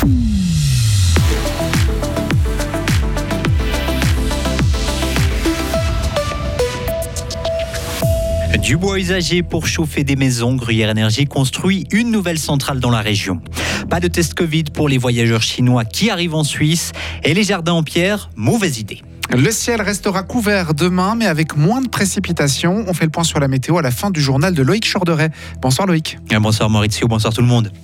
Du bois usagé pour chauffer des maisons, Gruyère Énergie construit une nouvelle centrale dans la région. Pas de test Covid pour les voyageurs chinois qui arrivent en Suisse. Et les jardins en pierre, mauvaise idée. Le ciel restera couvert demain, mais avec moins de précipitations. On fait le point sur la météo à la fin du journal de Loïc Chorderet. Bonsoir Loïc. Bonsoir Maurizio, bonsoir tout le monde.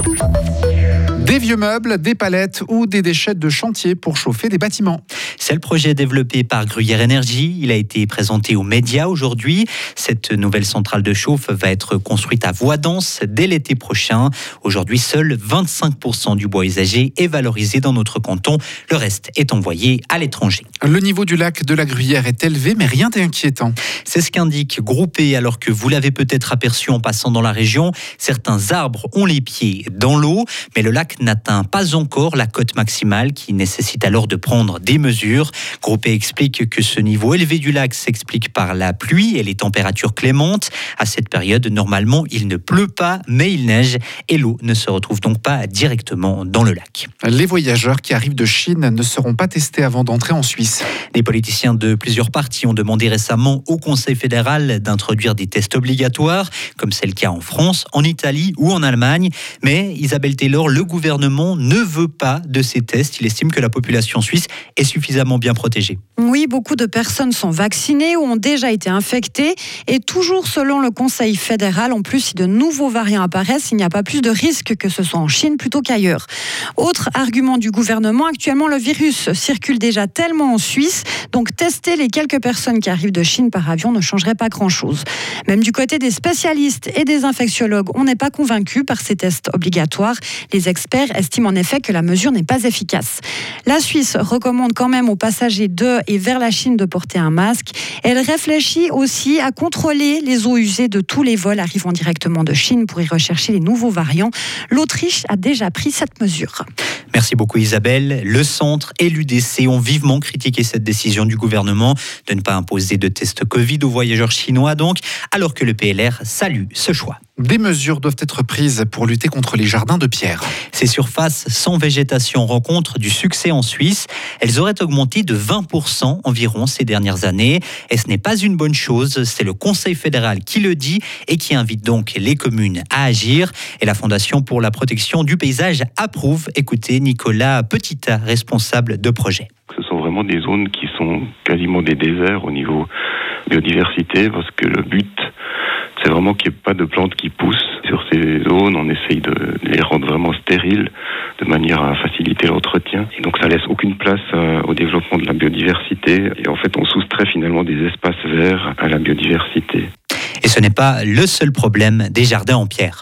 Des vieux meubles, des palettes ou des déchets de chantier pour chauffer des bâtiments. C'est le projet développé par Gruyère Énergie. Il a été présenté aux médias aujourd'hui. Cette nouvelle centrale de chauffe va être construite à Voidance dès l'été prochain. Aujourd'hui, seul 25% du bois usagé est valorisé dans notre canton. Le reste est envoyé à l'étranger. Le niveau du lac de la Gruyère est élevé, mais rien d'inquiétant. C'est ce qu'indique Groupé, alors que vous l'avez peut-être aperçu en passant dans la région. Certains arbres ont les pieds dans l'eau, mais le lac n'atteint pas encore la cote maximale qui nécessite alors de prendre des mesures. Groupé explique que ce niveau élevé du lac s'explique par la pluie et les températures clémentes. À cette période, normalement, il ne pleut pas, mais il neige et l'eau ne se retrouve donc pas directement dans le lac. Les voyageurs qui arrivent de Chine ne seront pas testés avant d'entrer en Suisse. Les politiciens de plusieurs partis ont demandé récemment au Conseil fédéral d'introduire des tests obligatoires, comme c'est le cas en France, en Italie ou en Allemagne. Mais Isabelle Taylor, le gouvernement ne veut pas de ces tests. Il estime que la population suisse est suffisamment bien protégée. Oui, beaucoup de personnes sont vaccinées ou ont déjà été infectées. Et toujours selon le Conseil fédéral, en plus, si de nouveaux variants apparaissent, il n'y a pas plus de risque que ce soit en Chine plutôt qu'ailleurs. Autre argument du gouvernement, actuellement le virus circule déjà tellement en Suisse, donc tester les quelques personnes qui arrivent de Chine par avion ne changerait pas grand-chose. Même du côté des spécialistes et des infectiologues, on n'est pas convaincu par ces tests obligatoires. Les experts estiment en effet que la mesure n'est pas efficace. La Suisse recommande quand même aux passagers de et vers la Chine de porter un masque. Elle réfléchit aussi à contrôler les eaux usées de tous les vols arrivant directement de Chine pour y rechercher les nouveaux variants. L'Autriche a déjà pris cette mesure. Merci beaucoup Isabelle. Le centre et l'UDC ont vivement critiqué cette décision du gouvernement de ne pas imposer de tests Covid aux voyageurs chinois, donc, alors que le PLR salue ce choix. Des mesures doivent être prises pour lutter contre les jardins de pierre. Ces surfaces sans végétation rencontrent du succès en Suisse. Elles auraient augmenté de 20% environ ces dernières années. Et ce n'est pas une bonne chose. C'est le Conseil fédéral qui le dit et qui invite donc les communes à agir. Et la Fondation pour la protection du paysage approuve. Écoutez Nicolas Petita, responsable de projet. Ce sont vraiment des zones qui sont quasiment des déserts au niveau biodiversité, parce que le but, c'est vraiment qu'il n'y ait pas de plantes qui poussent sur ces zones. On essaye de les rendre vraiment stériles de manière à faciliter l'entretien. Et donc ça laisse aucune place au développement de la biodiversité. Et en fait, on soustrait finalement des espaces verts à la biodiversité. Et ce n'est pas le seul problème des jardins en pierre.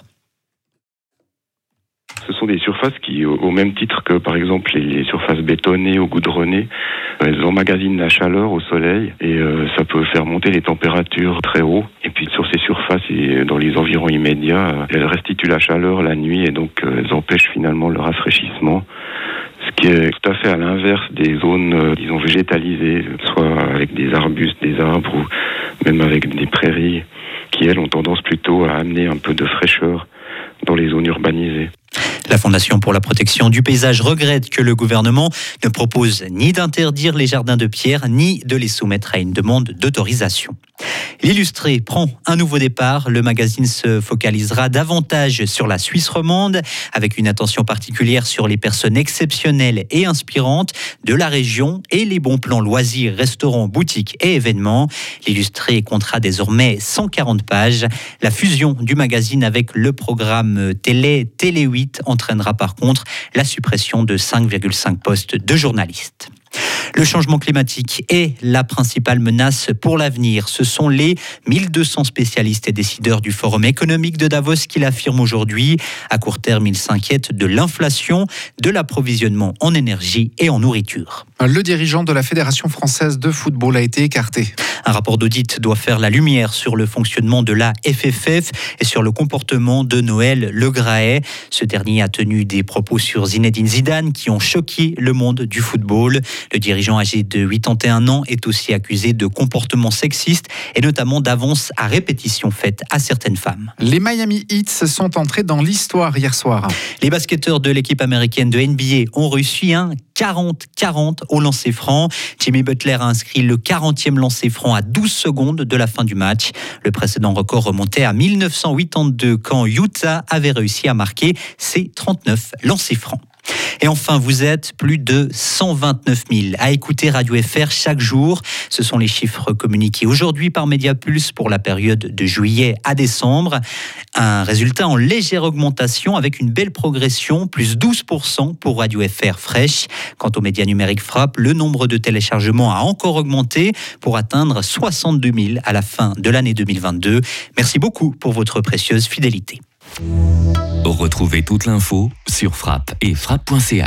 Ce sont des surfaces qui, au même titre que par exemple les surfaces bétonnées ou goudronnées, elles emmagasinent la chaleur au soleil et ça peut faire monter les températures très haut. Et puis sur ces surfaces et dans les environs immédiats, elles restituent la chaleur la nuit et donc elles empêchent finalement le rafraîchissement. Ce qui est tout à fait à l'inverse des zones, disons, végétalisées, soit avec des arbustes, des arbres ou même avec des prairies qui, elles, ont tendance plutôt à amener un peu de fraîcheur dans les zones urbanisées. La Fondation pour la protection du paysage regrette que le gouvernement ne propose ni d'interdire les jardins de pierre, ni de les soumettre à une demande d'autorisation. L'Illustré prend un nouveau départ. Le magazine se focalisera davantage sur la Suisse romande, avec une attention particulière sur les personnes exceptionnelles et inspirantes de la région et les bons plans loisirs, restaurants, boutiques et événements. L'Illustré comptera désormais 140 pages. La fusion du magazine avec le programme Télé 8 entraînera par contre la suppression de 5,5 postes de journalistes. Le changement climatique est la principale menace pour l'avenir. Ce sont les 1200 spécialistes et décideurs du Forum économique de Davos qui l'affirment aujourd'hui. À court terme, ils s'inquiètent de l'inflation, de l'approvisionnement en énergie et en nourriture. Le dirigeant de la Fédération française de football a été écarté. Un rapport d'audit doit faire la lumière sur le fonctionnement de la FFF et sur le comportement de Noël Le Graët. Ce dernier a tenu des propos sur Zinedine Zidane qui ont choqué le monde du football. Le dirigeant dirigeant âgé de 81 ans est aussi accusé de comportements sexistes et notamment d'avances à répétition faites à certaines femmes. Les Miami Heat sont entrés dans l'histoire hier soir. Les basketteurs de l'équipe américaine de NBA ont réussi un 40-40 au lancer franc. Jimmy Butler a inscrit le 40e lancer franc à 12 secondes de la fin du match. Le précédent record remontait à 1982 quand Utah avait réussi à marquer ses 39 lancers francs. Et enfin, vous êtes plus de 129 000 à écouter Radio FR chaque jour. Ce sont les chiffres communiqués aujourd'hui par Mediapulse pour la période de juillet à décembre. Un résultat en légère augmentation avec une belle progression, plus 12% pour Radio FR Fresh. Quant aux médias numériques Frappe, le nombre de téléchargements a encore augmenté pour atteindre 62 000 à la fin de l'année 2022. Merci beaucoup pour votre précieuse fidélité. Retrouvez toute l'info sur frappe et frappe.ch.